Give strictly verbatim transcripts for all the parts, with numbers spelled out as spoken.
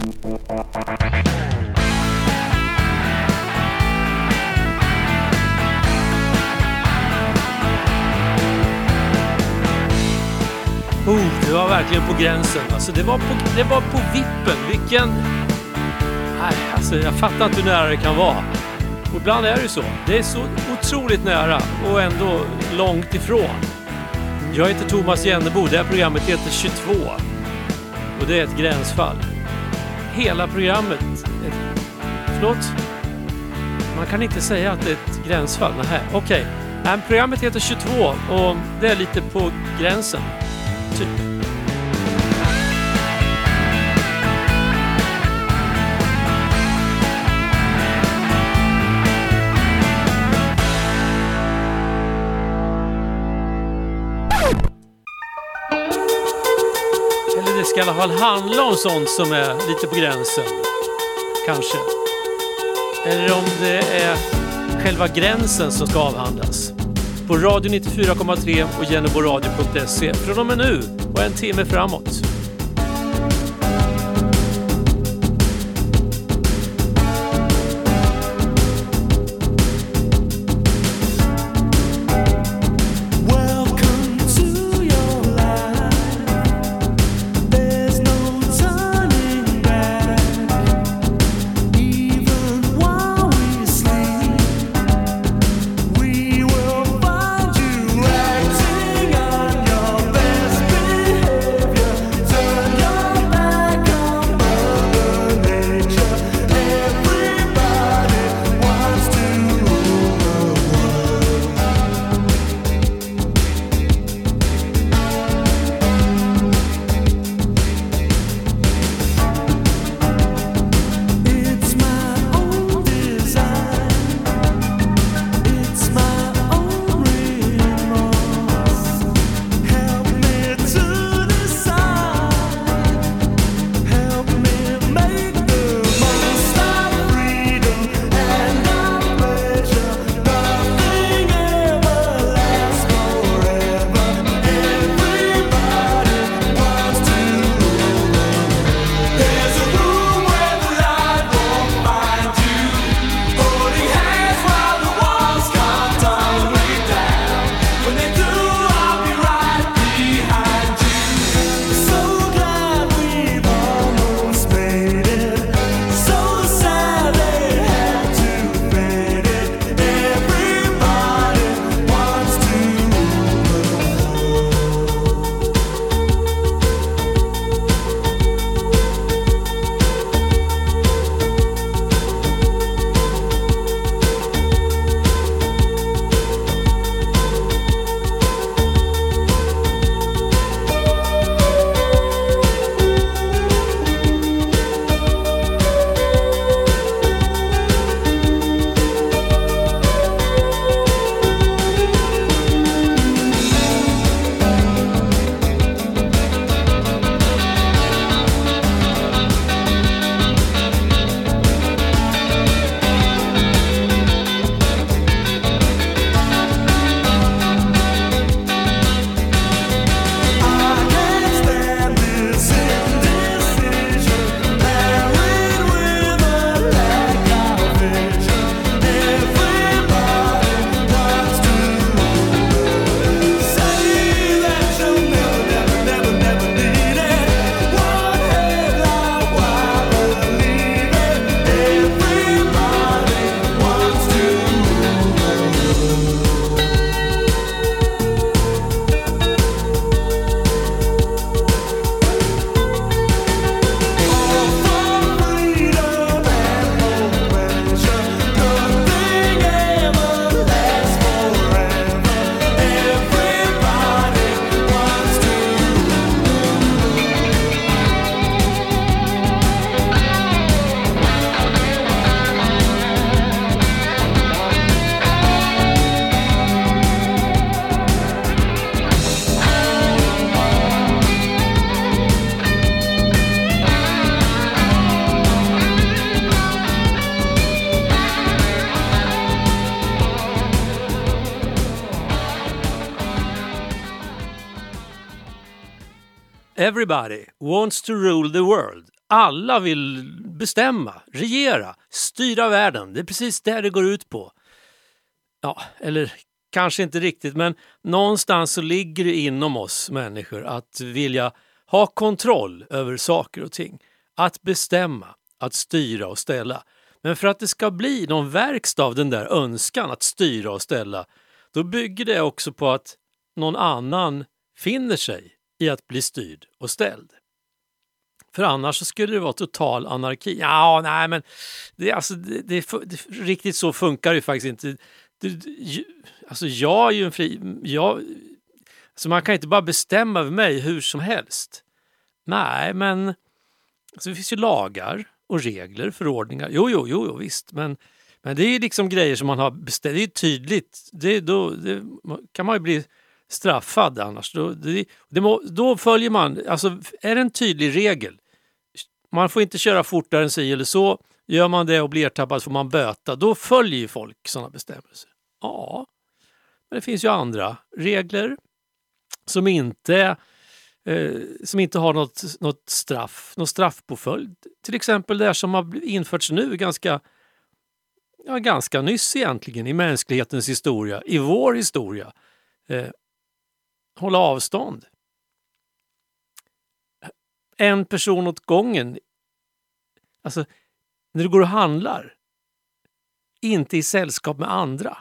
Oh, det var verkligen på gränsen. Alltså det var på, det var på vippen. Vilken... Nej, alltså jag fattar inte hur nära det kan vara. Och ibland är det så. Det är så otroligt nära och ändå långt ifrån. Jag heter Thomas Jennebo. Det här programmet heter tjugotvå. Och det är ett gränsfall. Hela programmet... Ett, förlåt? Man kan inte säga att det är ett gränsfall. Nej, okej. Okay. Programmet heter tjugotvå och det är lite på gränsen. Typ. Eller det ska i alla fall handla om sånt som är lite på gränsen. Kanske. Eller om det är själva gränsen som ska avhandlas. På Radio nittiofyra komma tre och jenneboradio punkt se från och med nu och en timme framåt. Acting on your best behavior. Everybody wants to rule the world. Alla vill bestämma, regera, styra världen. Det är precis det det går ut på. Ja, eller kanske inte riktigt, men någonstans så ligger det inom oss människor att vilja ha kontroll över saker och ting. Att bestämma, att styra och ställa. Men för att det ska bli någon verkstad av den där önskan att styra och ställa, då bygger det också på att någon annan finner sig i att bli styrd och ställd. För annars så skulle det vara total anarki. Ja, nej men det, alltså, det, det, det, riktigt så funkar det faktiskt inte. Det, alltså jag är ju en fri... Jag, alltså man kan inte bara bestämma över mig hur som helst. Nej, men alltså det finns ju lagar och regler, förordningar. Jo, jo, jo, jo visst. Men, men det är ju liksom grejer som man har bestämt. Det är tydligt. Det, då det, kan man ju bli straffad annars. Då, det, det må, då följer man, alltså är det en tydlig regel. Man får inte köra fortare än sig eller så. Gör man det och blir ertappad får man böta. Då följer ju folk sådana bestämmelser. Ja, men det finns ju andra regler som inte, eh, som inte har något, något straff, något straffpåföljd. Till exempel det som har införts nu ganska, ja, ganska nyss egentligen i mänsklighetens historia, i vår historia. Eh, hålla avstånd. En person åt gången. Alltså, när du går och handlar. Inte i sällskap med andra.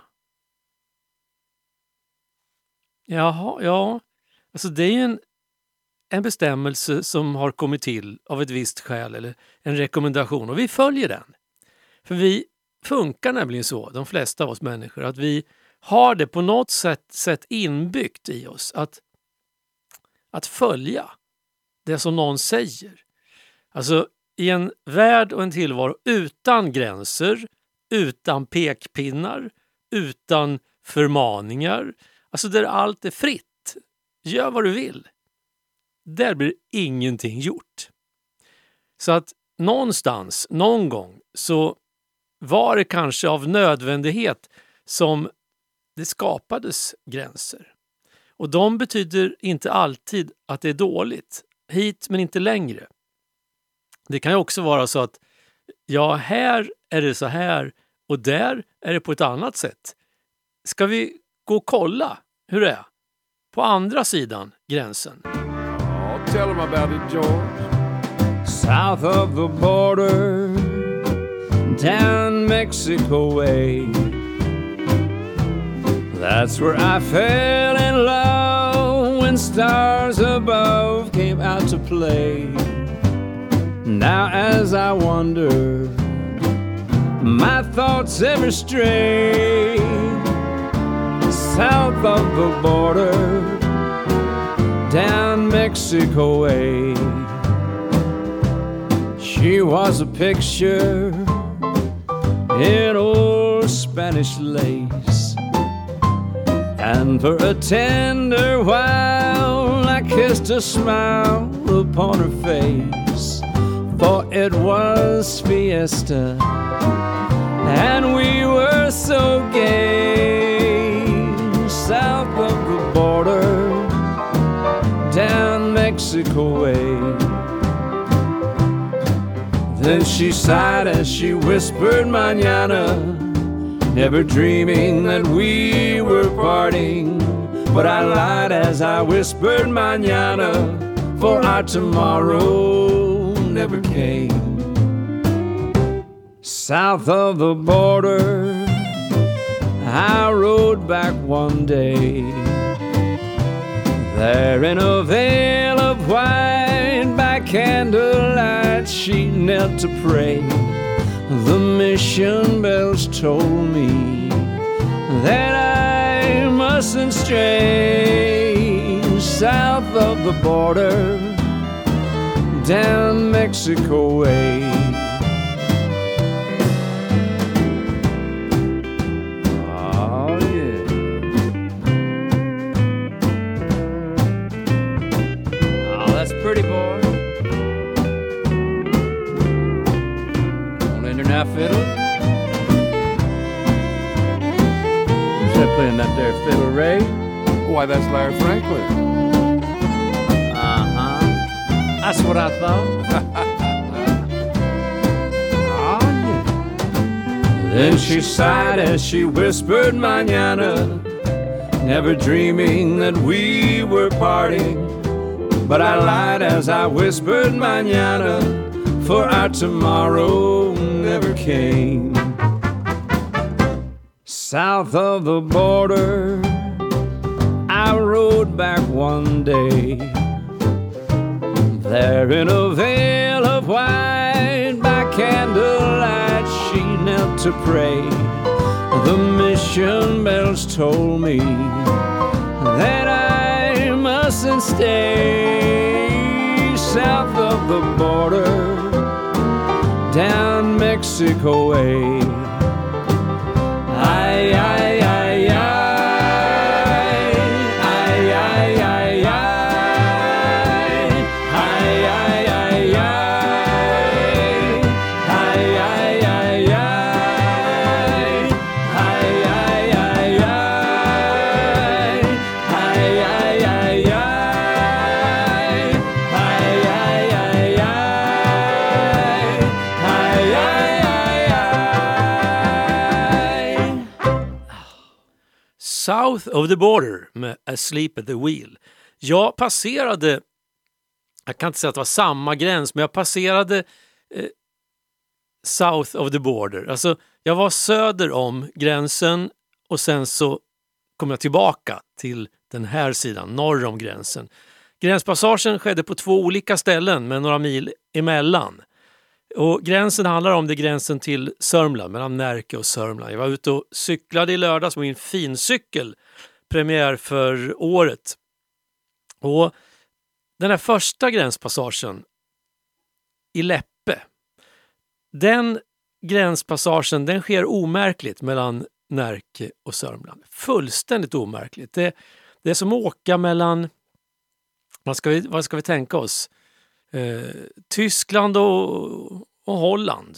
Jaha, ja. Alltså det är ju en, en bestämmelse som har kommit till av ett visst skäl eller en rekommendation. Och vi följer den. För vi funkar nämligen så, de flesta av oss människor, att vi har det på något sätt, sätt inbyggt i oss att, att följa det som någon säger. Alltså i en värld och en tillvaro utan gränser, utan pekpinnar, utan förmaningar, alltså där allt är fritt. Gör vad du vill. Där blir ingenting gjort. Så att någonstans, någon gång så var det kanske av nödvändighet som det skapades gränser. Och de betyder inte alltid att det är dåligt. Hit men inte längre. Det kan ju också vara så att ja, här är det så här och där är det på ett annat sätt. Ska vi gå och kolla hur det är på andra sidan gränsen? Oh, tell them about it, George. South of the border, down Mexico way. That's where I fell in love when stars above came out to play. Now as I wonder, my thoughts ever stray south of the border, down Mexico way. She was a picture in old Spanish lace, and for a tender while I kissed a smile upon her face. For it was fiesta, and we were so gay. South of the border, down Mexico way. Then she sighed as she whispered mañana, never dreaming that we were parting. But I lied as I whispered mañana, for our tomorrow never came. South of the border, I rode back one day. There in a veil of white, by candlelight she knelt to pray. The mission bells told me that I mustn't stray south of the border, down Mexico way. Oh yeah. Oh, that's pretty, boy. On enter now, fiddle. Who's that playing that there fiddle, Ray? Why, that's Larry Franklin. Uh-huh. That's what I thought. Oh, yeah. Then she sighed as she whispered mañana, never dreaming that we were parting. But I lied as I whispered mañana, for our tomorrow never came. South of the border, I rode back one day. There in a veil of white, by candlelight she knelt to pray. The mission bells told me that I mustn't stay. South of the border, down Mexico way. Ay, ay, ay, ay, ay, ay, ay, ay, ay, ay, ay, ay, ay, South of the Border med Asleep at the Wheel. Jag passerade, jag kan inte säga att det var samma gräns, men jag passerade eh, South of the Border. Alltså jag var söder om gränsen och sen så kom jag tillbaka till den här sidan, norr om gränsen. Gränspassagen skedde på två olika ställen med några mil emellan. Och gränsen handlar om det gränsen till Sörmland, mellan Närke och Sörmland. Jag var ute och cyklade i lördags med min fincykel, premiär för året. Och den här första gränspassagen i Läppe, den gränspassagen den sker omärkligt mellan Närke och Sörmland. Fullständigt omärkligt. Det, det är som att åka mellan, vad ska vi, vad ska vi tänka oss? Eh, Tyskland och, och Holland.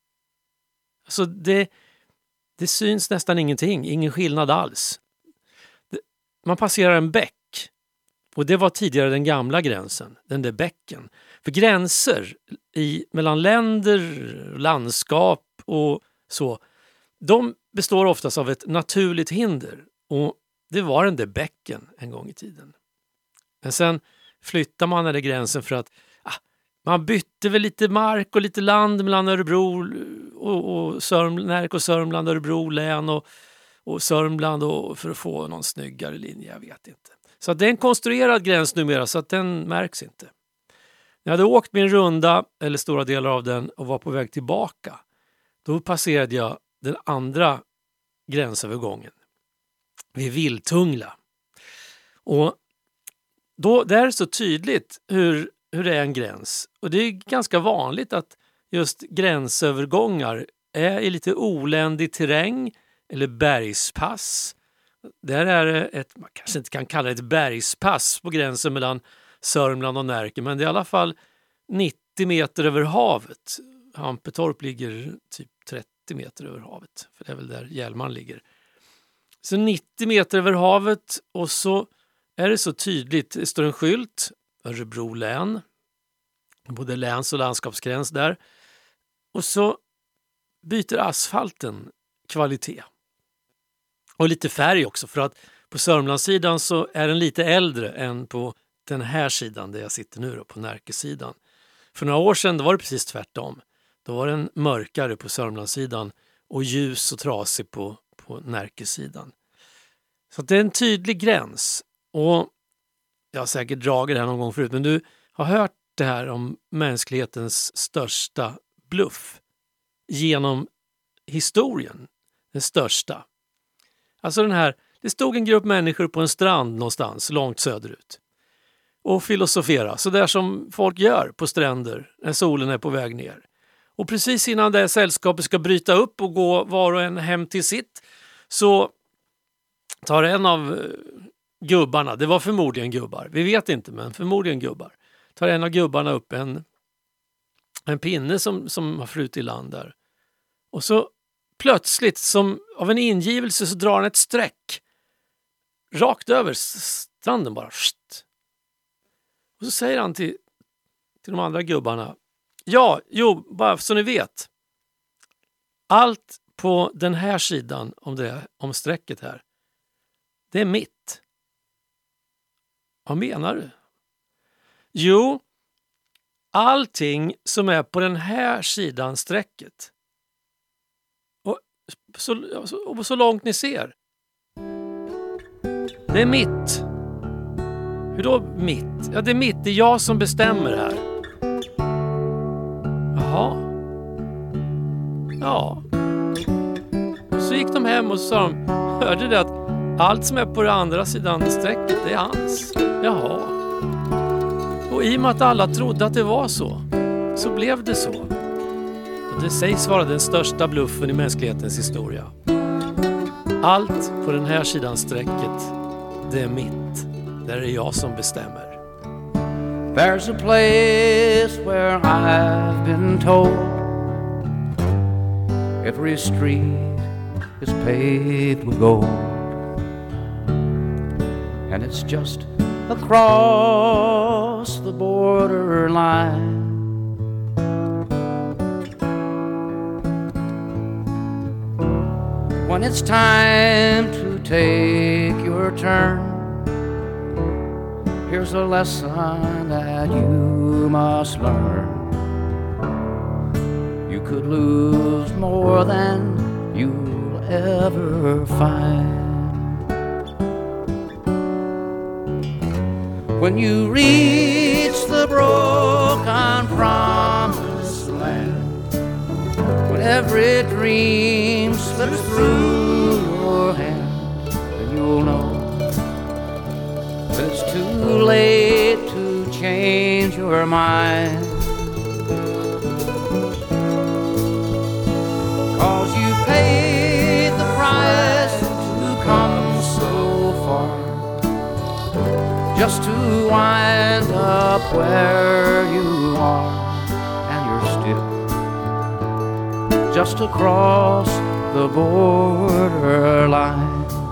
Alltså det, det syns nästan ingenting, ingen skillnad alls. Det, man passerar en bäck och det var tidigare den gamla gränsen, den där bäcken. För gränser i, mellan länder, landskap och så, de består oftast av ett naturligt hinder och det var den där bäcken en gång i tiden. Men sen flyttar man den där gränsen för att man bytte väl lite mark och lite land mellan Örebro och, och Sörmland, Närke och Sörmland, Örebro län och, och Sörmland och, för att få någon snyggare linje, jag vet inte. Så att det är en konstruerad gräns numera så att den märks inte. När jag hade åkt min runda, eller stora delar av den, och var på väg tillbaka, då passerade jag den andra gränsövergången vid Villtungla. Och då, där är det så tydligt hur hur det är en gräns. Och det är ganska vanligt att just gränsövergångar är i lite oländig terräng eller bergspass. Där är det ett, man kanske inte kan kalla det ett bergspass på gränsen mellan Sörmland och Närke, men det är i alla fall nittio meter över havet. Hampetorp ligger typ trettio meter över havet, för det är väl där Hjälman ligger. Så nittio meter över havet och så är det så tydligt, det står en skylt, Örebro län, både läns- och landskapsgräns där. Och så byter asfalten kvalitet. Och lite färg också, för att på Sörmlandssidan så är den lite äldre än på den här sidan där jag sitter nu då, på Närkesidan. För några år sedan då var det precis tvärtom. Då var den mörkare på Sörmlandssidan och ljus och trasig på, på Närkesidan. Så det är en tydlig gräns. Och jag har säkert dragit det här någon gång förut, men du har hört det här om mänsklighetens största bluff genom historien. Den största. Alltså den här, det stod en grupp människor på en strand någonstans långt söderut och filosofera, så där som folk gör på stränder när solen är på väg ner. Och precis innan det sällskapet ska bryta upp och gå var och en hem till sitt, så tar en av gubbarna, det var förmodligen gubbar, vi vet inte, men förmodligen gubbar, tar en av gubbarna upp en, en pinne som, som har flutit i land där. Och så plötsligt, som av en ingivelse, så drar han ett streck rakt över stranden bara. Och så säger han till till de andra gubbarna. Ja, jo, bara så ni vet. Allt på den här sidan om, det, om strecket här, det är mitt. Vad menar du? Jo, allting som är på den här sidan strecket. Och så, och så långt ni ser. Det är mitt. Hur då mitt? Ja, det är mitt. Det är jag som bestämmer här. Jaha. Ja. Så gick de hem och så sa de, hörde det att allt som är på den andra sidan strecket, det är hans. Jaha. Och i och med att alla trodde att det var så, så blev det så. Och det sägs vara den största bluffen i mänsklighetens historia. Allt på den här sidan strecket, det är mitt. Där är det jag som bestämmer. There's a place where I've been told every street is paved with gold, and it's just across the borderline. When it's time to take your turn, here's a lesson that you must learn. You could lose more than you'll ever find. When you reach the broken promised land, when every dream slips through your hand, then you'll know it's too late to change your mind. 'Cause you paid the price to come so far, just to wind up where you are, and you're still just across the borderline.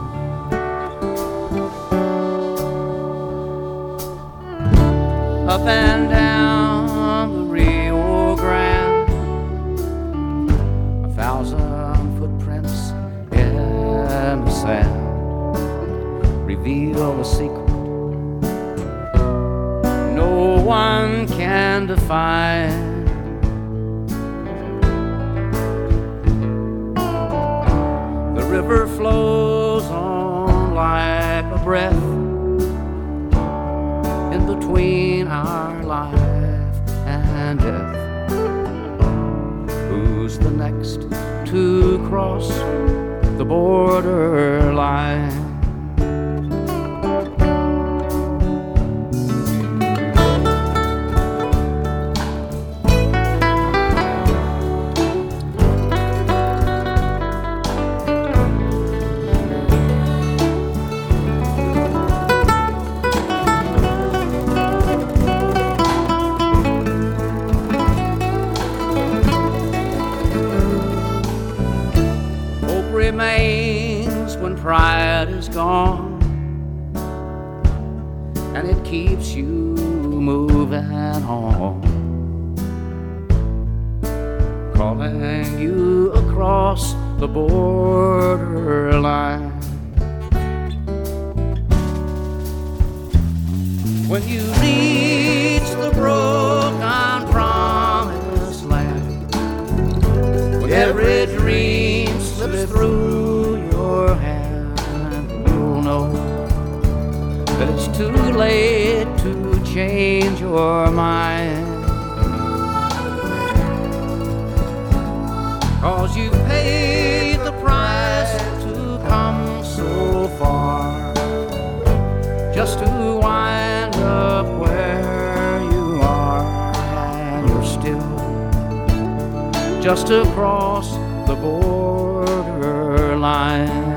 Up and down the Rio Grande, a thousand footprints in the sand reveal a secret no one can define. The river flows on like a breath in between our life and death. Who's the next to cross the borderline? Remains when pride is gone, and it keeps you moving on, calling you across the borderline. When you reach the broken promised land, when every dream slips through your hand, you'll know that it's too late to change your mind. 'Cause you paid the price to come so far, just to wind up where you are, and you're still just across the borderline.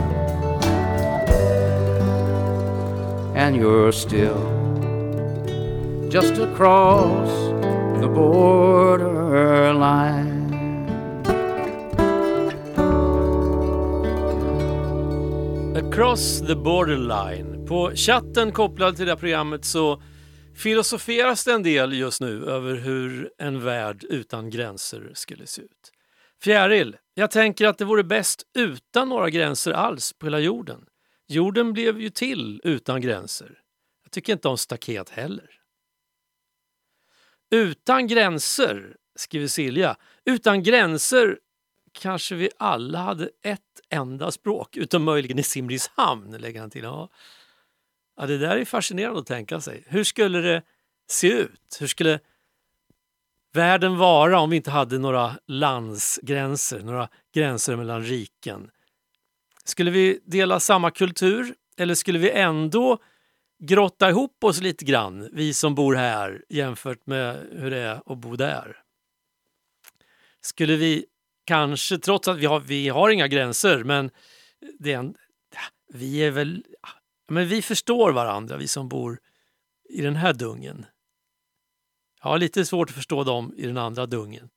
And you're still just across the borderline. Across the borderline. På chatten kopplad till det här programmet så filosoferas det en del just nu över hur en värld utan gränser skulle se ut. Fjäril, jag tänker att det vore bäst utan några gränser alls på hela jorden. Jorden blev ju till utan gränser. Jag tycker inte om staket heller. Utan gränser, skriver Silja. Utan gränser kanske vi alla hade ett enda språk, utom möjligen i Simrishamn, lägger han till. Ja. Ja, det där är fascinerande att tänka sig. Hur skulle det se ut? Hur skulle världen vara om vi inte hade några landsgränser, några gränser mellan riken? Skulle vi dela samma kultur eller skulle vi ändå grotta ihop oss lite grann, vi som bor här, jämfört med hur det är att bo där? Skulle vi kanske, trots att vi har, vi har inga gränser, men det är en, vi är väl, men vi förstår varandra, vi som bor i den här dungen. Jag har lite svårt att förstå dem i den andra dungen.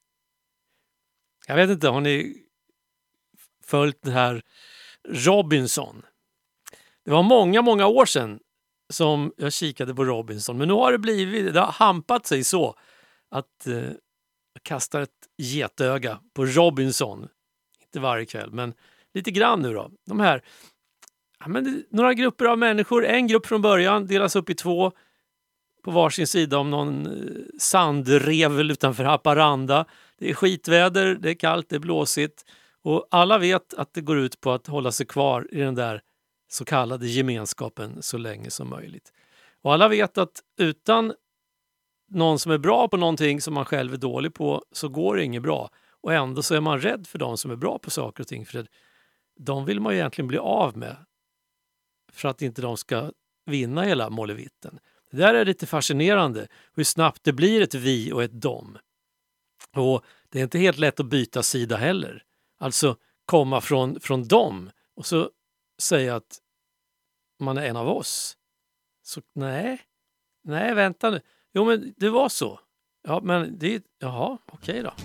Jag vet inte, har ni följt det här Robinson? Det var många, många år sedan som jag kikade på Robinson. Men nu har det blivit, det har hampat sig så att eh, jag kastar ett getöga på Robinson. Inte varje kväll, men lite grann nu då. De här, ja, men några grupper av människor, en grupp från början delas upp i två på varsin sida om någon sandrevel utanför Haparanda. Det är skitväder, det är kallt, det är blåsigt. Och alla vet att det går ut på att hålla sig kvar i den där så kallade gemenskapen så länge som möjligt. Och alla vet att utan någon som är bra på någonting som man själv är dålig på så går det inget bra. Och ändå så är man rädd för de som är bra på saker och ting. För de vill man ju egentligen bli av med för att inte de ska vinna hela målevitten. Det där är lite fascinerande hur snabbt det blir ett vi och ett dom. Och det är inte helt lätt att byta sida heller. Alltså komma från, från dem och så säga att man är en av oss. Så nej, nej vänta nu. Jo men det var så. Ja men det, jaha okej då.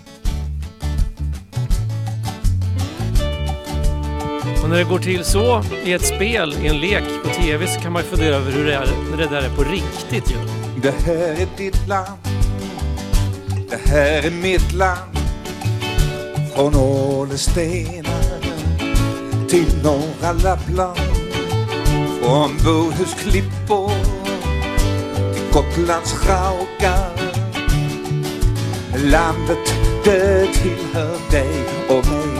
Och när det går till så i ett spel, i en lek på tv så kan man ju fundera över hur det är när det där är på riktigt ju. Det här är ditt land. Det här är mitt land. Från Ålestenar till norra Lappland. Från Bohusklippor till Gotlands raukar. Landet det tillhör dig och mig.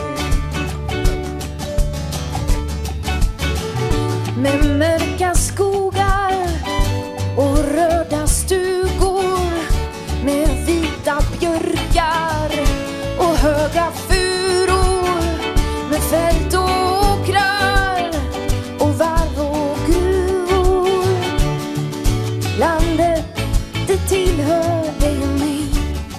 Med mörka skogar och röda stugor, med vita björkar och höga furor, med fält och åkrar och varv och gruvor. Landet det tillhör dig och mig.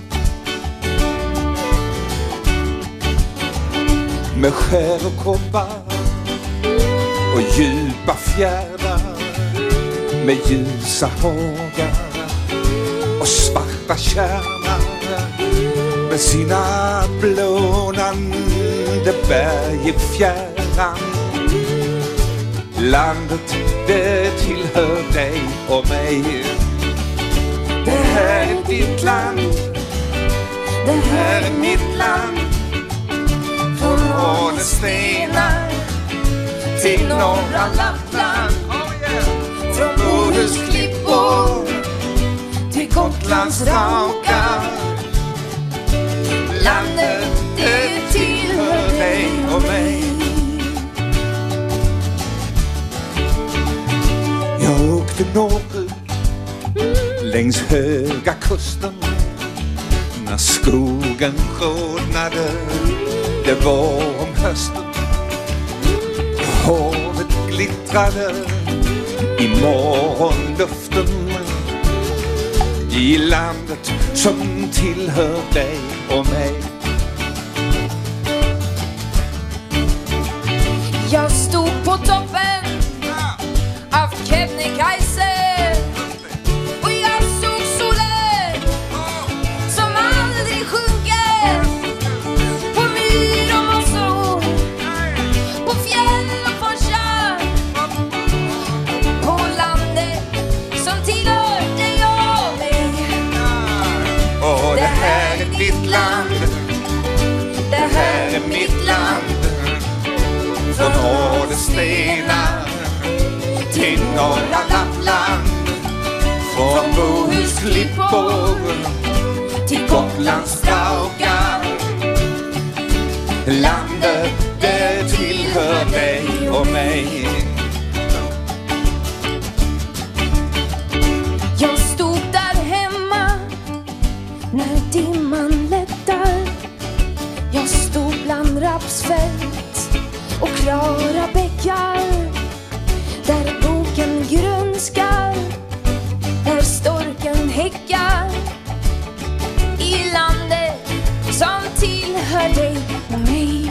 Med skär och koppar och djupa fjärdar, med ljusa hagar och svarta kärnar, med sina blånande berg i fjärran. Landet det tillhör dig och mig. Det här är ditt land. Det här är mitt land. Från Ålestenar till norra Lappland. Oh yeah. Från Bohusklippor till Gotlands raukar. Landet det tillhör dig och mig. Jag åkte norrut längs höga kusten när skogen rodnade. Det var om hösten. Havet glittrade i morgonluften. I landet som tillhör dig och mig. Jag stod på toppen av Kebnekaise och jag såg solen som aldrig sjunker. På myr och mossor, på fjäll och forsar, på landet som tillhör dig och här är ditt land. Det här är mitt land. Från Ådestenar till norra Lappland. Från Bohusklippor till Gotlands dagar. Landet det tillhör dig och mig. Jag stod där hemma när dimman lättar. Jag stod bland rapsfält och klara bäckar. Där boken grönskar, där storken häckar. I landet som tillhör dig och mig.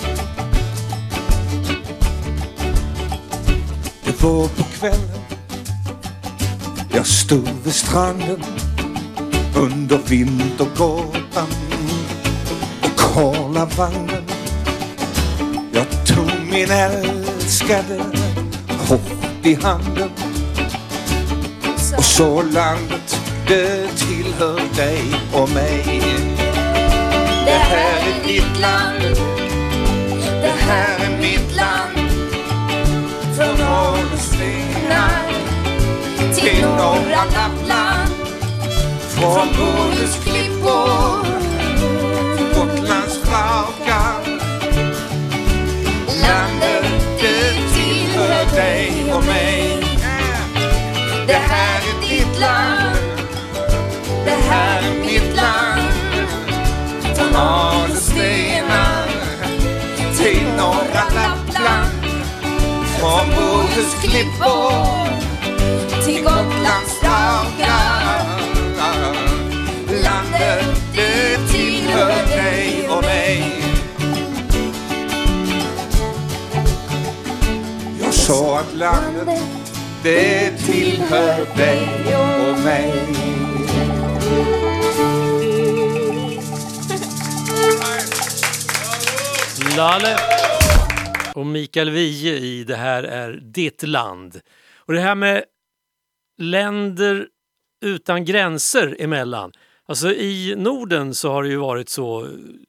Det var på kvällen jag stod vid stranden under vintergåtan och Karlavagnen. Jag tog min älskade hårt i handen och så landet det tillhör dig och mig. Det här är ditt land, det här är mitt land. Från Ådestenar till norra Lappland. Från Bohusklippor till Gotlands dagar. Landet det tillhör dig och mig. Det här är ditt land, det här är mitt land. Från Ådestenar till norra Lappland. Från Bohusklippor till Gotlands dagar. Landet det tillhör dig och mig. Jag sa att landet det tillhör dig och mig. Lalle och Mikael Wiehe i Det här är ditt land. Och det här med länder utan gränser emellan. Alltså i Norden så har det ju varit så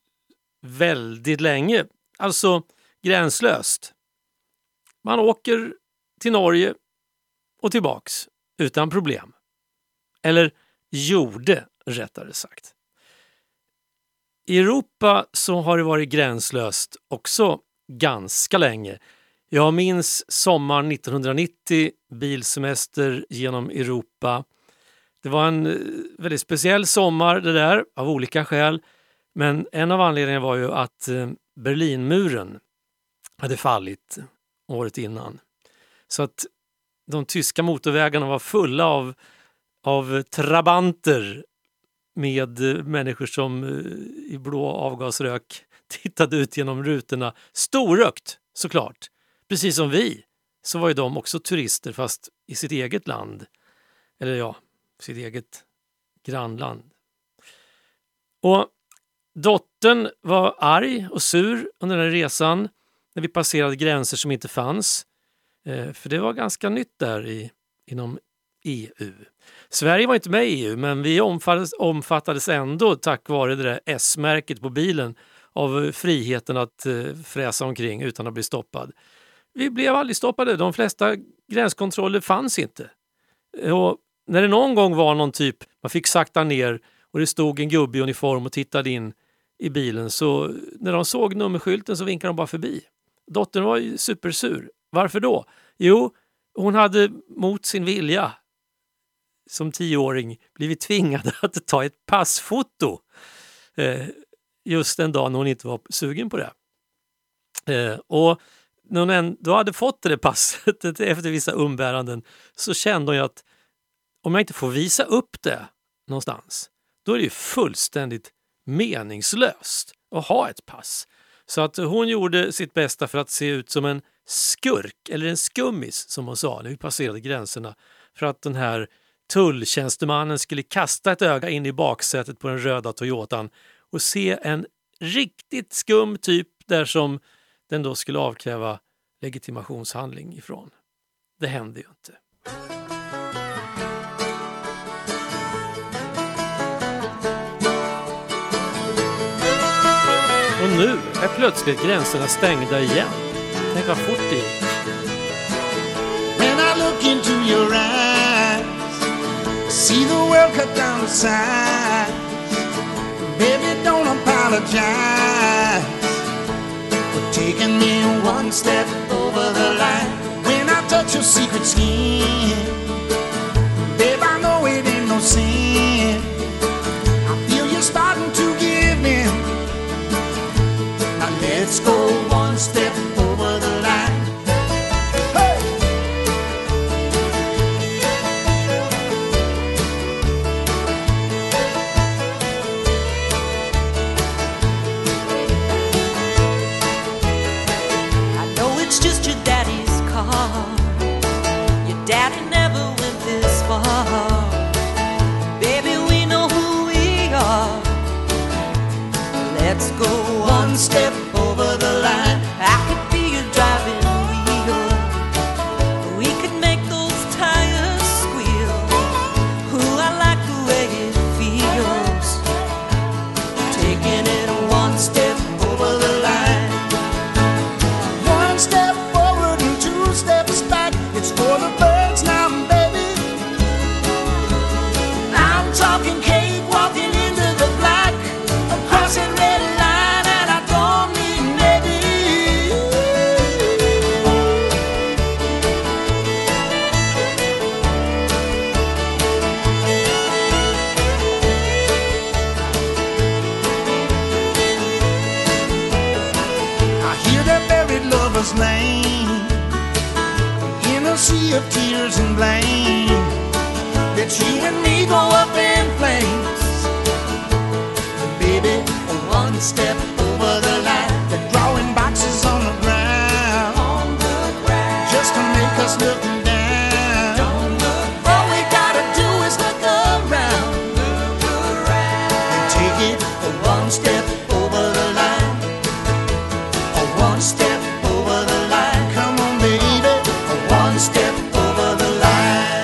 väldigt länge. Alltså gränslöst. Man åker till Norge och tillbaks utan problem. Eller gjorde rättare sagt. I Europa så har det varit gränslöst också ganska länge. Jag minns sommar nittonhundranittio, bilsemester genom Europa. Det var en väldigt speciell sommar det där av olika skäl. Men en av anledningarna var ju att Berlinmuren hade fallit året innan. Så att de tyska motorvägarna var fulla av, av trabanter med människor som i blå avgasrök tittade ut genom rutorna. Storökt såklart. Precis som vi så var ju de också turister fast i sitt eget land. Eller ja, sitt eget grannland. Och dottern var arg och sur under den här resan när vi passerade gränser som inte fanns. Eh, för det var ganska nytt där i, inom E U. Sverige var inte med i E U men vi omfattades, omfattades ändå tack vare det där S-märket på bilen av friheten att eh, fräsa omkring utan att bli stoppad. Vi blev aldrig stoppade. De flesta gränskontroller fanns inte. Och när det någon gång var någon typ, man fick sakta ner och det stod en gubbe i uniform och tittade in i bilen, så när de såg nummerskylten så vinkade de bara förbi. Dottern var ju supersur. Varför då? Jo, hon hade mot sin vilja som tioåring blivit tvingad att ta ett passfoto eh, just den dagen hon inte var sugen på det. Eh, och när hon ändå hade fått det passet efter vissa umbäranden så kände hon ju att om jag inte får visa upp det någonstans, då är det ju fullständigt meningslöst att ha ett pass. Så att hon gjorde sitt bästa för att se ut som en skurk eller en skummis som hon sa när vi passerade gränserna, för att den här tulltjänstemannen skulle kasta ett öga in i baksätet på den röda Toyotan och se en riktigt skum typ där som den då skulle avkräva legitimationshandling ifrån. Det hände ju inte. Men nu är plötsligt gränserna stängda igen. Tänk vad fort det gick. When I look into your eyes, see the world cut down to size. Baby, don't apologize for taking me one step over the line. When I touch your secret skin, babe, I know it ain't no sin. I feel you're starting to give in. Now let's go one step over the line. Hey! I know it's just your daddy's car. Your daddy never went this far. Baby, we know who we are. Let's go one step over the line. I could be your driving wheel. We could make those tires squeal. Ooh, I like the way it feels. Taking it one step over the line. One step forward and two steps back. It's for the birds now, baby. I'm talking cake walking into the black. I'm crossing red line and I don't need maybe. I hear that buried lovers lane in a sea of tears and blame. That you and me go up in flames. Baby, one step over the line. They're drawing boxes on the ground, On the ground. just to make us look down. Don't look All we gotta do is look around around. and take it one step over the line. One step over the line. Come on, baby. One step over the line.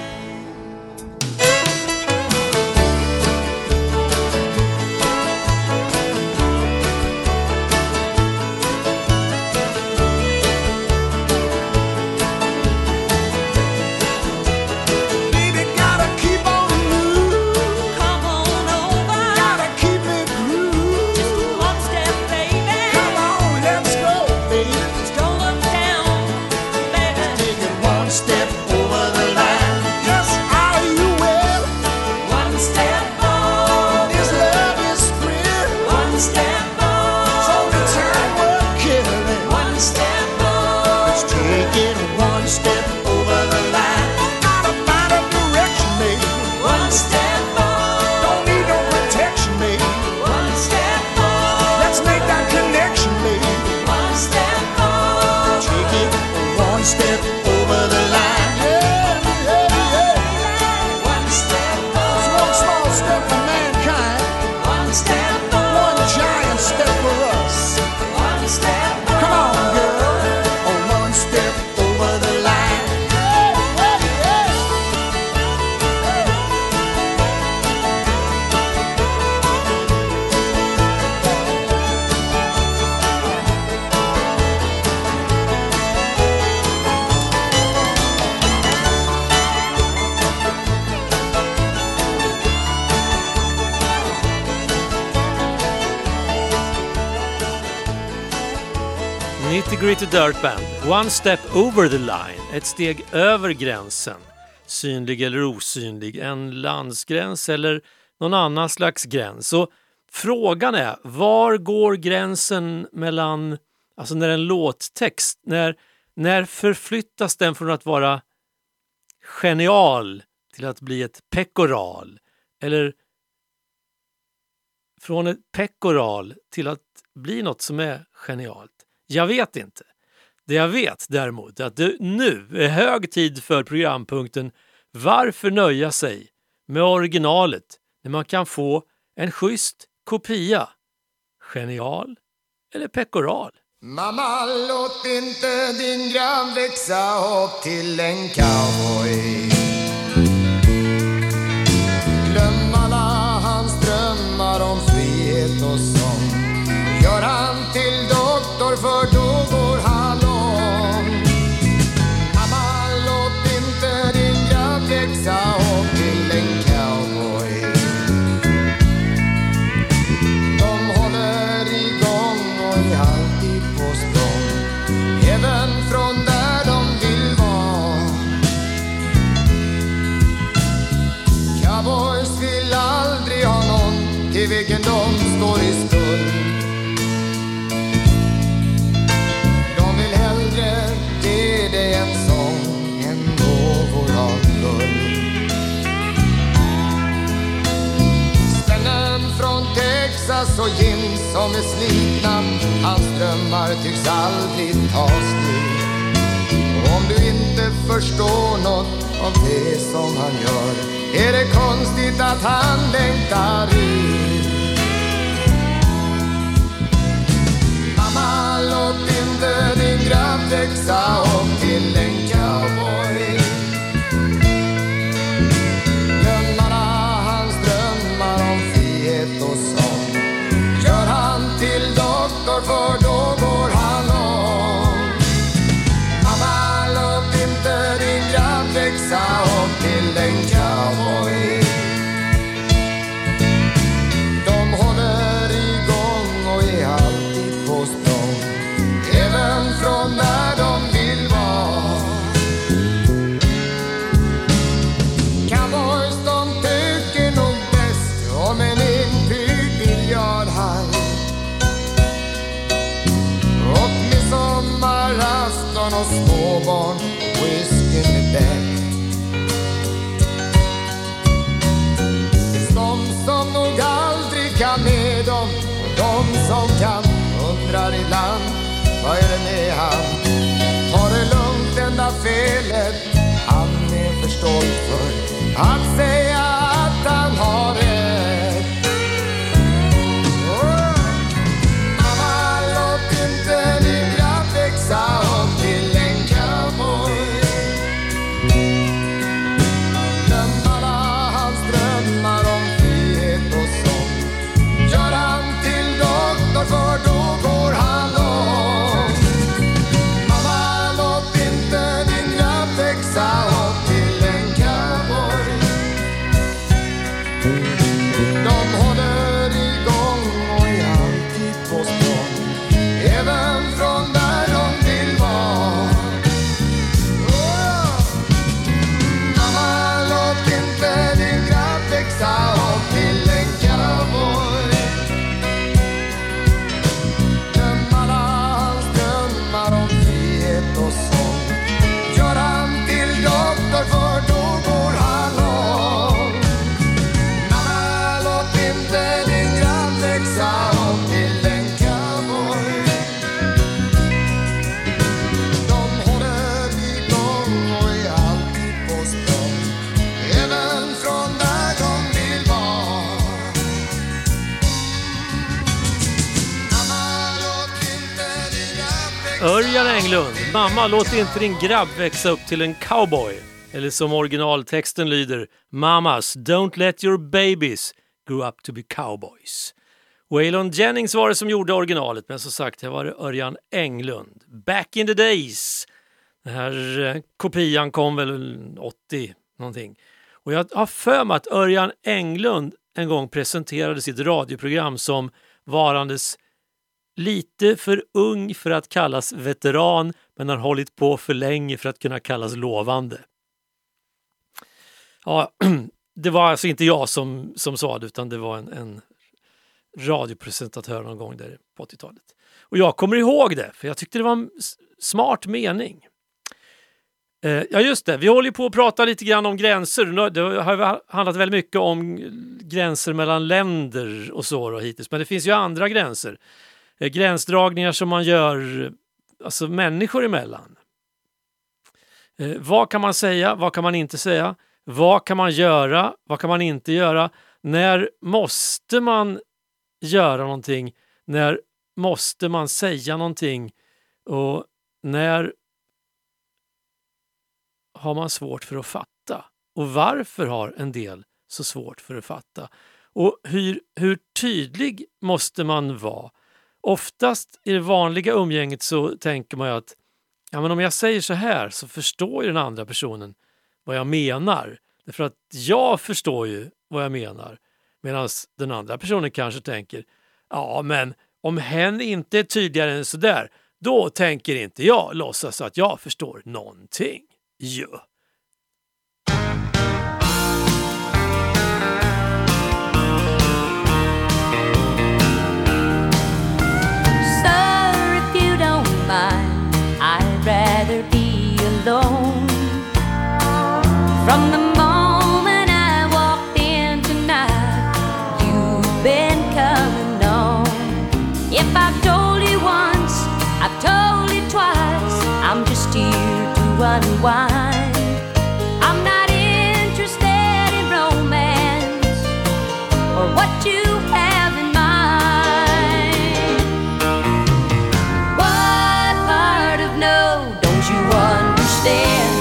Baby, gotta keep on moving. Come on over. Gotta keep it grooving. Just one step, baby. Come on, let's go, baby. Don't look down, baby. Take it one step over the line. Yes, are you well? One step forward. This love is real. One step So forward. the time we're killing. One step forward. Let's take it one step over the line. Gotta find a direction, baby. One step forward. Don't need no protection, baby. One step forward. Let's make that connection, baby. One step forward. Take it one step over the line. Yeah, yeah, yeah. One step It's forward. one small step for mankind, One step one forward. giant step for us. One step forward. Come on, girl. Oh, one step over the line. Yeah, yeah, yeah. Nitty Gritty Dirt Band. One step over the line. Ett steg över gränsen. Synlig eller osynlig. En landsgräns eller någon annan slags gräns. Och frågan är, var går gränsen mellan, alltså när en låttext, när, när förflyttas den från att vara genial till att bli ett pekoral? Eller från ett pekoral till att bli något som är genialt? Jag vet inte. Det jag vet däremot är att det nu är hög tid för programpunkten Varför nöja sig med originalet när man kan få en schysst kopia? Genial eller pekoral? Mamma, låt inte din grann växa upp till en cowboy. Glöm alla hans drömmar om frihet och sång. Gör han till vilken de står i skuld. De vill hellre ge dig en sång än gåvor av guld. Ställen från Texas och jeans som är slitna, hans drömmar tycks aldrig ta slut. Om du inte förstår något av det som han gör, är det konstigt att han längtar ut. Mamma, låt inte din grabb växa upp till en cowboy. Glöm alla hans drömmar om frihet och sång. Gör han till doktor, för då går han om. Mamma, låt inte din grabb växa upp till en cowboy. De håller igång och är alltid på språng, även från där de vill vara. Cowboys, de tycker nog bäst om en inbyggd biljardhall och midsommarafton och småbarn, whisky med bäck. De som nog aldrig kan med dem, och de som kan undrar ibland, vad är det med han? Ta det lugnt, enda felet han är för stolt för att säga att han har rätt. Oh. Mamma, låt inte din grabb växa upp till en cowboy. Glöm alla hans drömmar om frihet och sång. Gör han till doktor, för då går han om. Mamma, låt inte din grabb växa upp till en cowboy. De håller igång och är alltid på språng, även från där de vill vara. Oh. Mamma, låt inte din grabb växa upp till en cowboy. Glöm alla hans drömmar om frihet och sång. Gör han till doktor, för då går han om. Mamma, låt inte din grabb växa upp till en cowboy. De håller igång och är alltid på språng, även från där de vill vara. Mamma, låt inte din grabb växa. Örjan Englund, mamma, låt inte din grabb växa upp till en cowboy. Eller som originaltexten lyder, Mamas, don't let your babies grow up to be cowboys. Waylon Jennings var det som gjorde originalet, men som sagt, det var det Örjan Englund. Back in the days. Den här eh, kopian kom väl åttio någonting. Och jag har för mig att Örjan Englund en gång presenterade sitt radioprogram som varandes lite för ung för att kallas veteran, men har hållit på för länge för att kunna kallas lovande. Ja, det var alltså inte jag som, som sa det, utan det var en, en radiopresentatör någon gång där på åttiotalet. Och jag kommer ihåg det, för jag tyckte det var en smart mening. Eh, ja just det, vi håller ju på att prata lite grann om gränser. Det har handlat väldigt mycket om gränser mellan länder och så då hittills. Men det finns ju andra gränser. Eh, gränsdragningar som man gör alltså människor emellan. Eh, vad kan man säga? Vad kan man inte säga? Vad kan man göra? Vad kan man inte göra? När måste man göra någonting? När måste man säga någonting? Och när har man svårt för att fatta? Och varför har en del så svårt för att fatta? Och hur, hur tydlig måste man vara? Oftast i det vanliga umgänget så tänker man ju att ja, men om jag säger så här så förstår ju den andra personen vad jag menar. Därför att jag förstår ju vad jag menar. Medan den andra personen kanske tänker ja, men om hen inte är tydligare än så där, då tänker inte jag låtsas så att jag förstår någonting. Ja. If I've told you once, I've told you twice, I'm just here to unwind. I'm not interested in romance or what you have in mind. What part of no don't you understand?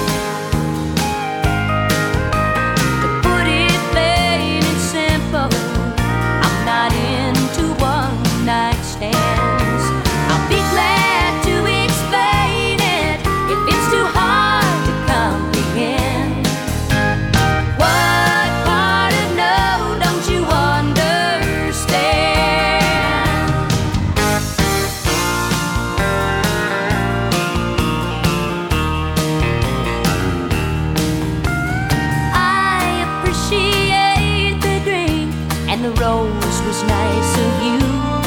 To put it plain and simple, I'm not into one night stands. I'll be glad to explain it if it's too hard to comprehend. What part of no don't you understand? I appreciate the drink and the rose was nice of you.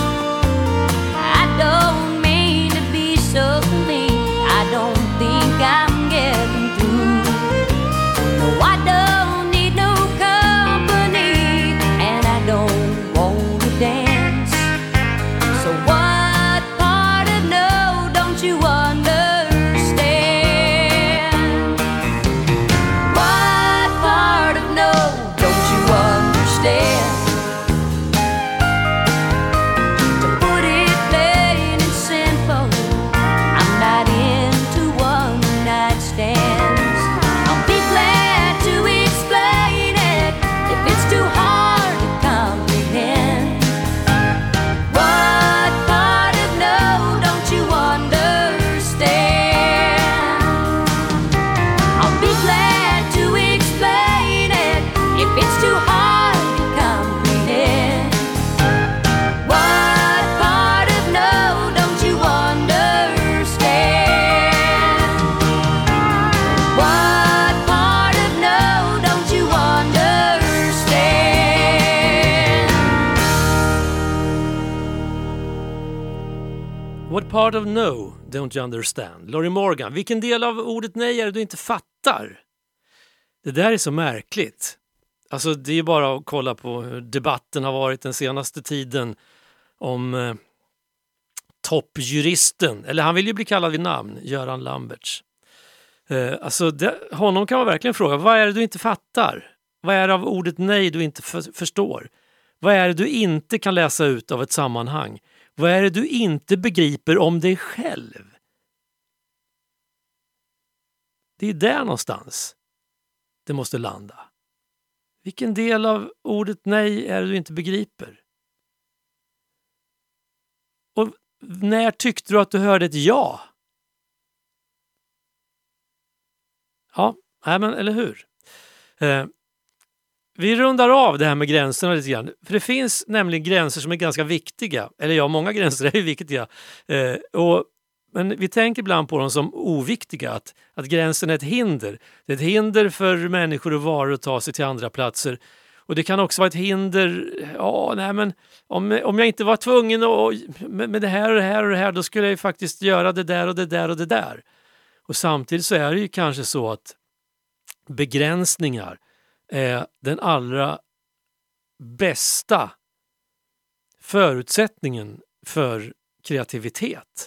I don't mean to be so mean, I don't think I'm getting through. No, I don't need no company, and I don't want to dance. So what part of no don't you understand? What part of no don't you understand? To put it plain and simple, I'm not into one night stands. I'll be glad to explain it if it's too hard to comprehend. What part of no don't you understand? I'll be glad to explain it if it's too hard to comprehend. What part of no don't you understand? What part of no don't you understand? What part of no don't you understand? Lorrie Morgan, vilken del av ordet nej är det du inte fattar? Det där är så märkligt. Alltså det är bara att kolla på hur debatten har varit den senaste tiden om eh, toppjuristen, eller han vill ju bli kallad vid namn, Göran Lambertz. Eh, alltså det, honom kan man verkligen fråga, vad är det du inte fattar? Vad är det av ordet nej du inte för, förstår? Vad är det du inte kan läsa ut av ett sammanhang? Vad är det du inte begriper om dig själv? Det är där någonstans det måste landa. Vilken del av ordet nej är det du inte begriper? Och när tyckte du att du hörde ett ja? Ja, nej men eller hur? Eh, vi rundar av det här med gränserna lite grann. För det finns nämligen gränser som är ganska viktiga. Eller ja, många gränser är ju viktiga. Eh, och, men vi tänker ibland på dem som oviktiga. Att, att gränsen är ett hinder. Det är ett hinder för människor och varor att ta sig till andra platser. Och det kan också vara ett hinder. Ja, nej men om, om jag inte var tvungen att, med, med det här och det här och det här, då skulle jag ju faktiskt göra det där och det där och det där. Och samtidigt så är det ju kanske så att begränsningar är den allra bästa förutsättningen för kreativitet.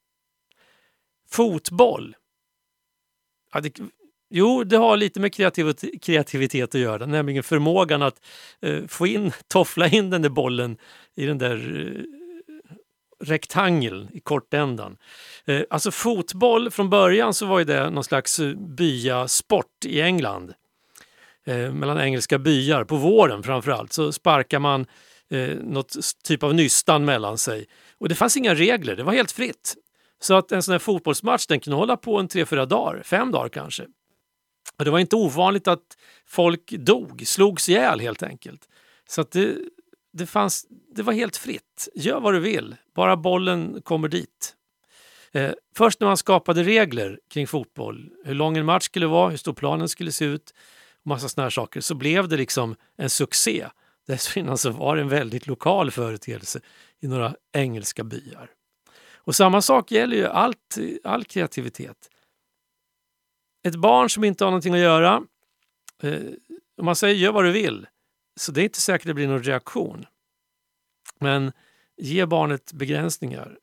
Fotboll. Ja, det, jo, det har lite med kreativitet, kreativitet att göra. Nämligen förmågan att eh, få in, toffla in den där bollen i den där eh, rektangeln i kortändan. Eh, alltså fotboll från början så var ju det någon slags byasport i England. Eh, mellan engelska byar på våren framförallt så sparkar man eh, något typ av nystan mellan sig. Och det fanns inga regler, det var helt fritt. Så att en sån här fotbollsmatch den kunde hålla på en tre, fyra dagar, fem dagar kanske. Och det var inte ovanligt att folk dog, slogs ihjäl helt enkelt. Så att det, det, fanns, det var helt fritt. Gör vad du vill, bara bollen kommer dit. Eh, först när man skapade regler kring fotboll, hur lång en match skulle vara, hur stor planen skulle se ut, och massa såna här saker, så blev det liksom en succé. Dessförinnan så var det en väldigt lokal företeelse i några engelska byar. Och samma sak gäller ju allt, all kreativitet. Ett barn som inte har någonting att göra, eh, om man säger gör vad du vill, så det är inte säkert att det blir någon reaktion. Men Ge barnet begränsningar.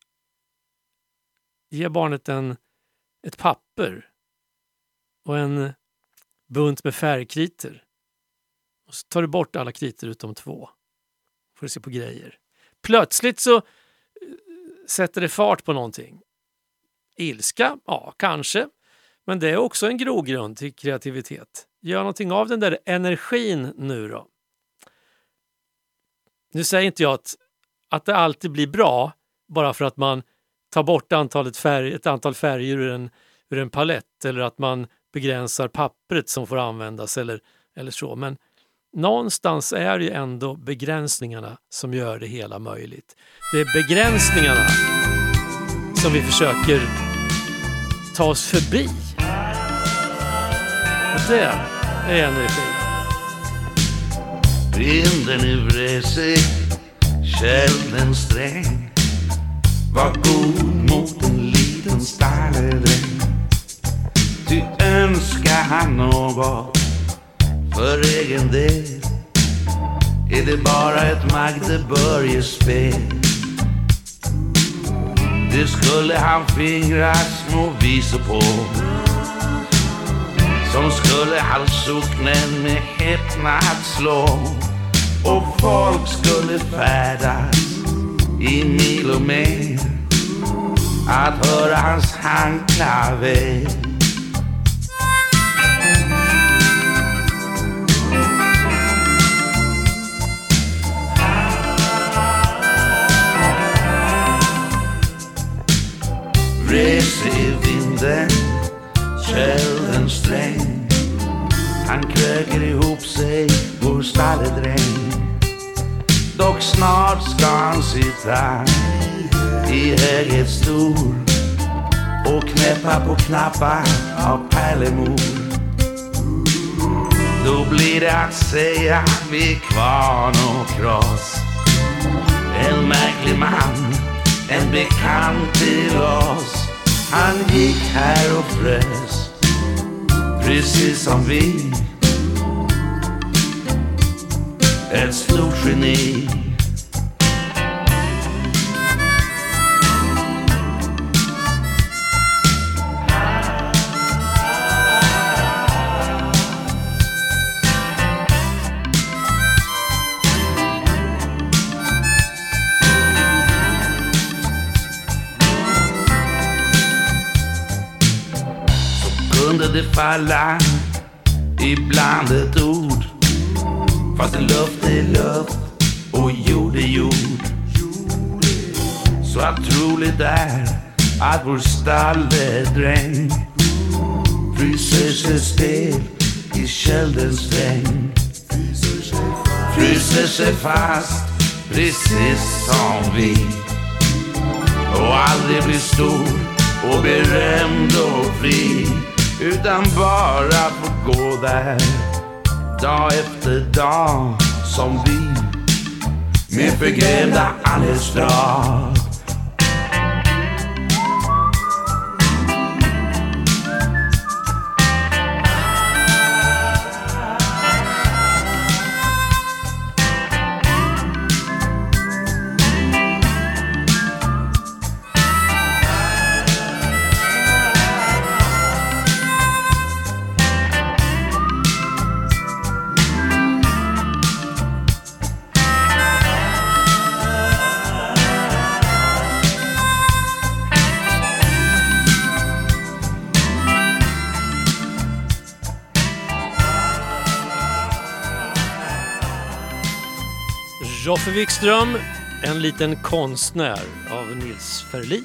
Ge barnet en, ett papper och en bunt med färgkritor. Och så tar du bort alla kritor utom två. Får du se på grejer. Plötsligt så sätter det fart på någonting. Ilska? Ja, kanske. Men det är också en grogrund till kreativitet. Gör någonting av den där energin nu då. Nu säger inte jag att, att det alltid blir bra bara för att man tar bort antalet färg, ett antal färger ur en, ur en palett, eller att man begränsar pappret som får användas eller, eller så. Men någonstans är det ju ändå begränsningarna som gör det hela möjligt. Det är begränsningarna som vi försöker ta oss förbi. Och det är energi. Vinden ur sig, kälden sträng. Var god mot en liten stalledräng. Ty önskar han något för egen del, är det bara ett Magdeburgespel. Det skulle han fingra små visor på, som skulle halssocknen med häpnad slå. Och folk skulle färdas i mil och mer att höra hans handklaver. Reser i vinden, kälden sträng. Han kröker ihop sig, vår stalledräng. Dock snart ska han sitta i höghet stor och knäppa på knappar av pärlemor. Då blir det att säga vid kvarn och kross. En märklig man, en bekant till oss. Han gick här och frös, precis som vi. Ett stort geni. Det falla ibland ett ord, fast en luft är luft och jord är jord. Så att troligt är att vår stalledräng fryser sig stel i käldens sträng. Fryser sig fast precis som vi, och aldrig blir stor och berömd och fri, utan bara få gå där dag efter dag som vi, med förgrämda anhetsdrag. Roffe Wikström, en liten konstnär av Nils Ferlin.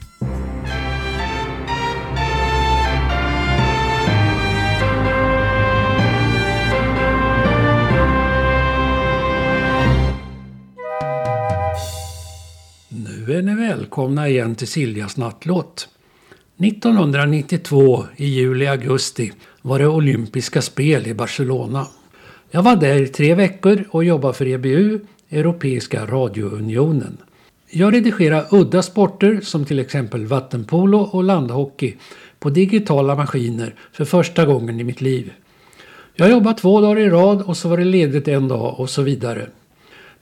Nu är ni välkomna igen till Siljas nattlåt. nittonhundranittiotvå i juli-augusti var det olympiska spel i Barcelona. Jag var där i tre veckor och jobbade för E B U, Europeiska radiounionen. Jag redigerar udda sporter som till exempel vattenpolo och landhockey på digitala maskiner för första gången i mitt liv. Jag jobbade två dagar i rad och så var det ledigt en dag och så vidare.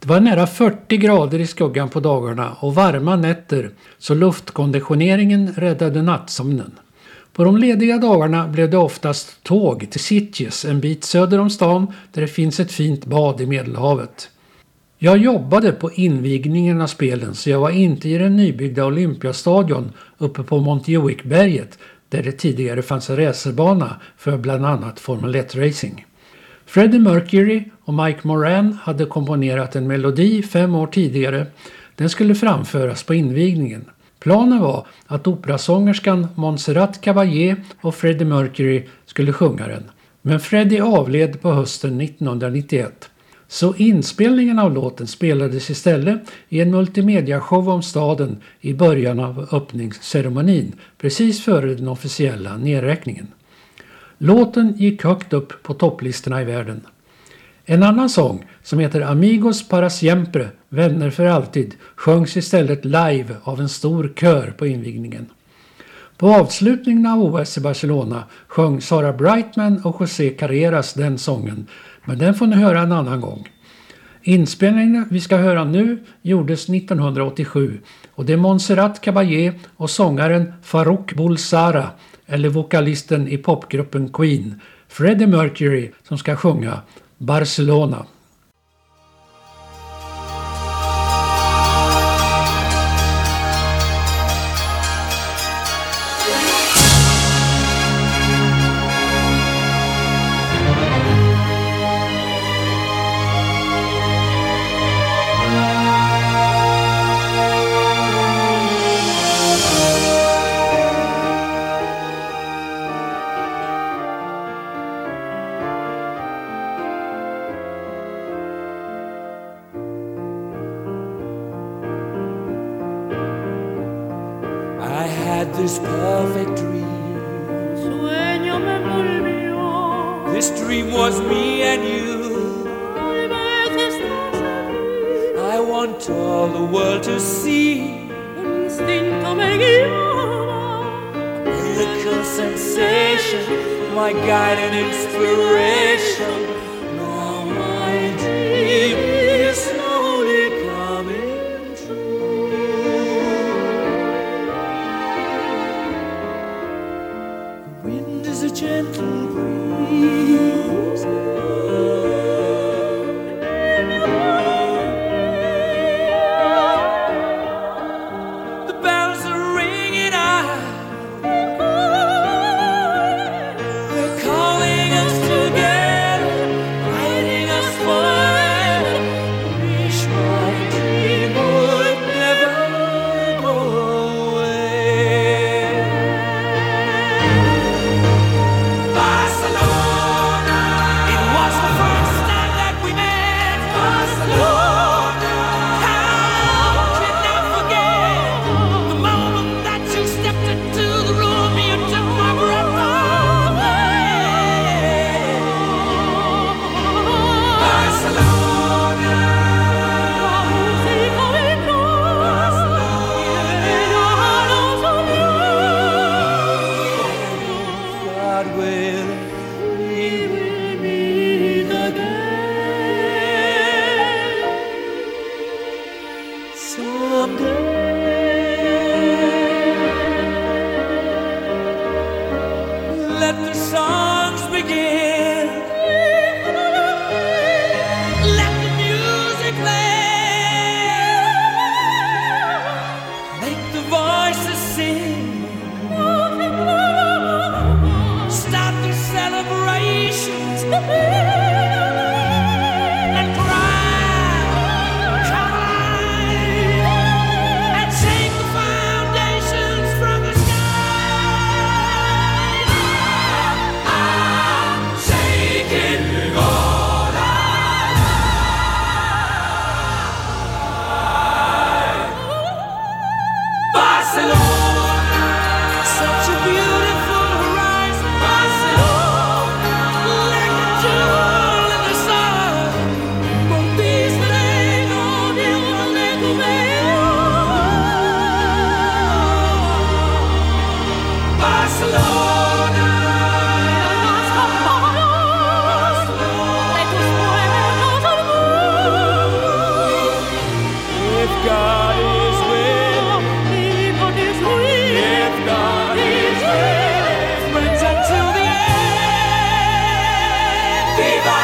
Det var nära fyrtio grader i skuggan på dagarna och varma nätter, så luftkonditioneringen räddade nattsömnen. På de lediga dagarna blev det oftast tåg till Sitges, en bit söder om stan där det finns ett fint bad i Medelhavet. Jag jobbade på invigningen av spelen, så jag var inte i den nybyggda Olympiastadion uppe på Montjuicberget där det tidigare fanns en racerbana för bland annat Formel ett-racing. Freddie Mercury och Mike Moran hade komponerat en melodi fem år tidigare. Den skulle framföras på invigningen. Planen var att operasångerskan Montserrat Caballé och Freddie Mercury skulle sjunga den. Men Freddie avled på hösten nittonhundranittioett. Så inspelningen av låten spelades istället i en multimediashow om staden i början av öppningsceremonin, precis före den officiella nedräkningen. Låten gick högt upp på topplistorna i världen. En annan sång som heter Amigos para siempre, vänner för alltid, sjöngs istället live av en stor kör på invigningen. På avslutningen av O S i Barcelona sjöng Sarah Brightman och José Carreras den sången, men den får ni höra en annan gång. Inspelningen vi ska höra nu gjordes nittonhundraåttiosju och det är Montserrat Caballé och sångaren Farouk Bulsara, eller vokalisten i popgruppen Queen, Freddie Mercury, som ska sjunga Barcelona. This perfect dream. Sueño me envolvió. This dream was me and you. Tal vez estás aquí. I want all the world to see. Un instinto me guiaba. A miracle sensation, my guide and inspiration. Now my dream is slowly coming true. Wind is a gentle breeze. The bells are ringing out. They're calling us together, guiding us forever. Wish my dream would never go away. Barcelona, it was the first time that we met. Barcelona, how can I forget the moment that you stepped into the room? You took my breath away. Barcelona, Música del God will, we will meet again someday. Let the songs begin. Let the music play. Make the voices sing. Start the celebrations and cry, cry, and shake the foundations from the sky. God is with, if God is with, if God is with, friends until the end. Viva!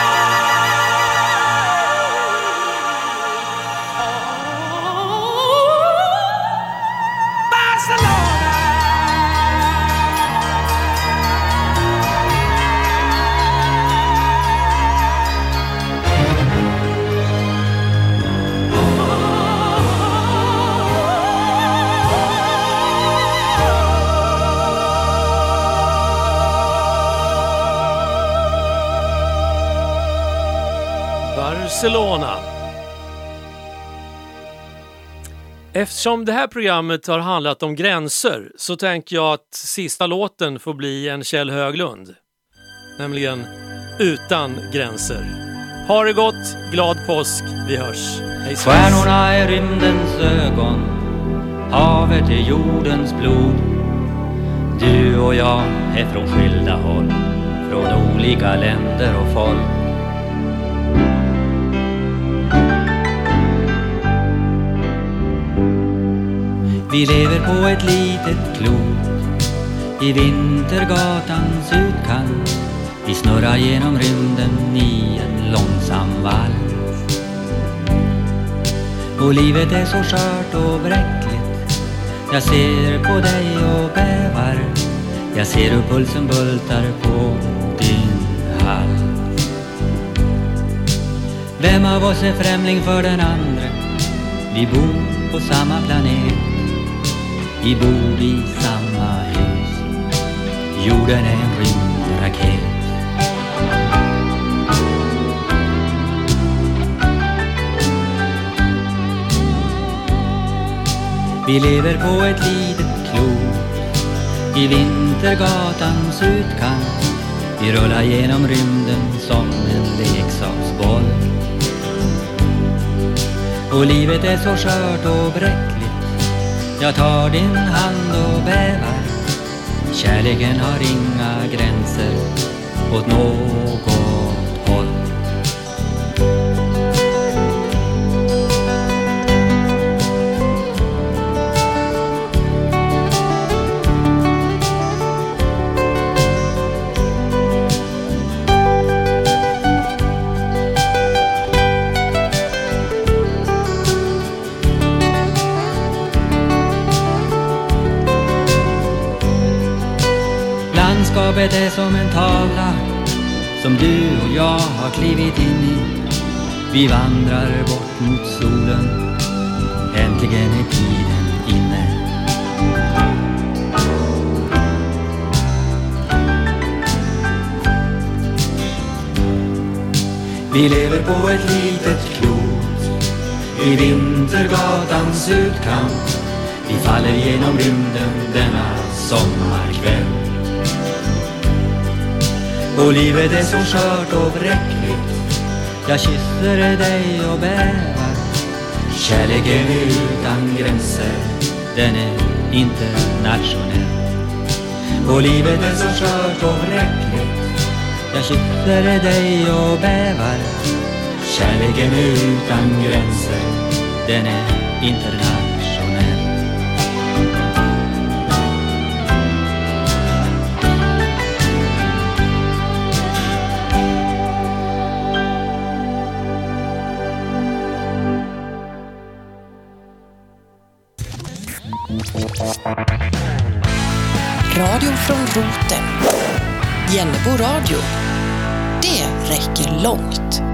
Barcelona. Eftersom det här programmet har handlat om gränser så tänker jag att sista låten får bli en Kjell Höglund. Nämligen Utan gränser. Ha det gott, glad påsk, vi hörs. Hej så. Stjärnorna är rymdens ögon, havet är jordens blod. Du och jag är från skilda håll, från olika länder och folk. Vi lever på ett litet klot i Vintergatans utkant. Vi snurrar genom rymden i en långsam vals. Och livet är så skört och bräckligt. Jag ser på dig och bävar. Jag ser hur pulsen bultar på din hals. Vem av oss är främling för den andra? Vi bor på samma planet. Vi bor i samma hus. Jorden är en rymdraket. Vi lever på ett litet klot i Vintergatans utkant. Vi rullar genom rymden som en leksaksboll. Och livet är så skört och bräckligt. Jag tar din hand och bävar. Kärleken har inga gränser åt något håll. Landskapet är som en tavla som du och jag har klivit in i. Vi vandrar bort mot solen. Äntligen är tiden inne. Vi lever på ett litet klot i Vintergatans utkant. Vi faller genom rymden denna sommarkväll. Och livet är så skört och bräckligt. Jag kysser dig och bävar. Kärleken är utan gränser. Den är internationell. Och livet är så skört och bräckligt. Jag kysser dig och bävar. Kärleken är utan gränser. Den är internationell. Radio från roten. Jennebo radio. Det räcker långt.